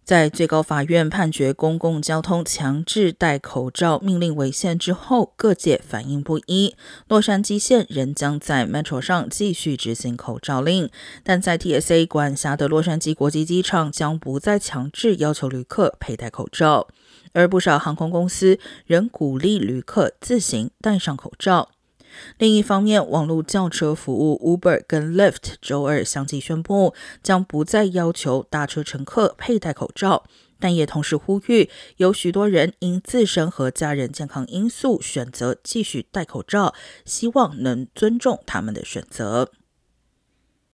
在最高法院判决公共交通强制戴口罩命令违宪之后，各界反应不一。洛杉矶县仍将在 Metro 上继续执行口罩令，但在 TSA 管辖的洛杉矶国际机场将不再强制要求旅客佩戴口罩，而不少航空公司仍鼓励旅客自行戴上口罩。另一方面，网络轿车服务 Uber 跟 Lyft 周二相继宣布，将不再要求搭车乘客佩戴口罩，但也同时呼吁有许多人因自身和家人健康因素选择继续戴口罩，希望能尊重他们的选择。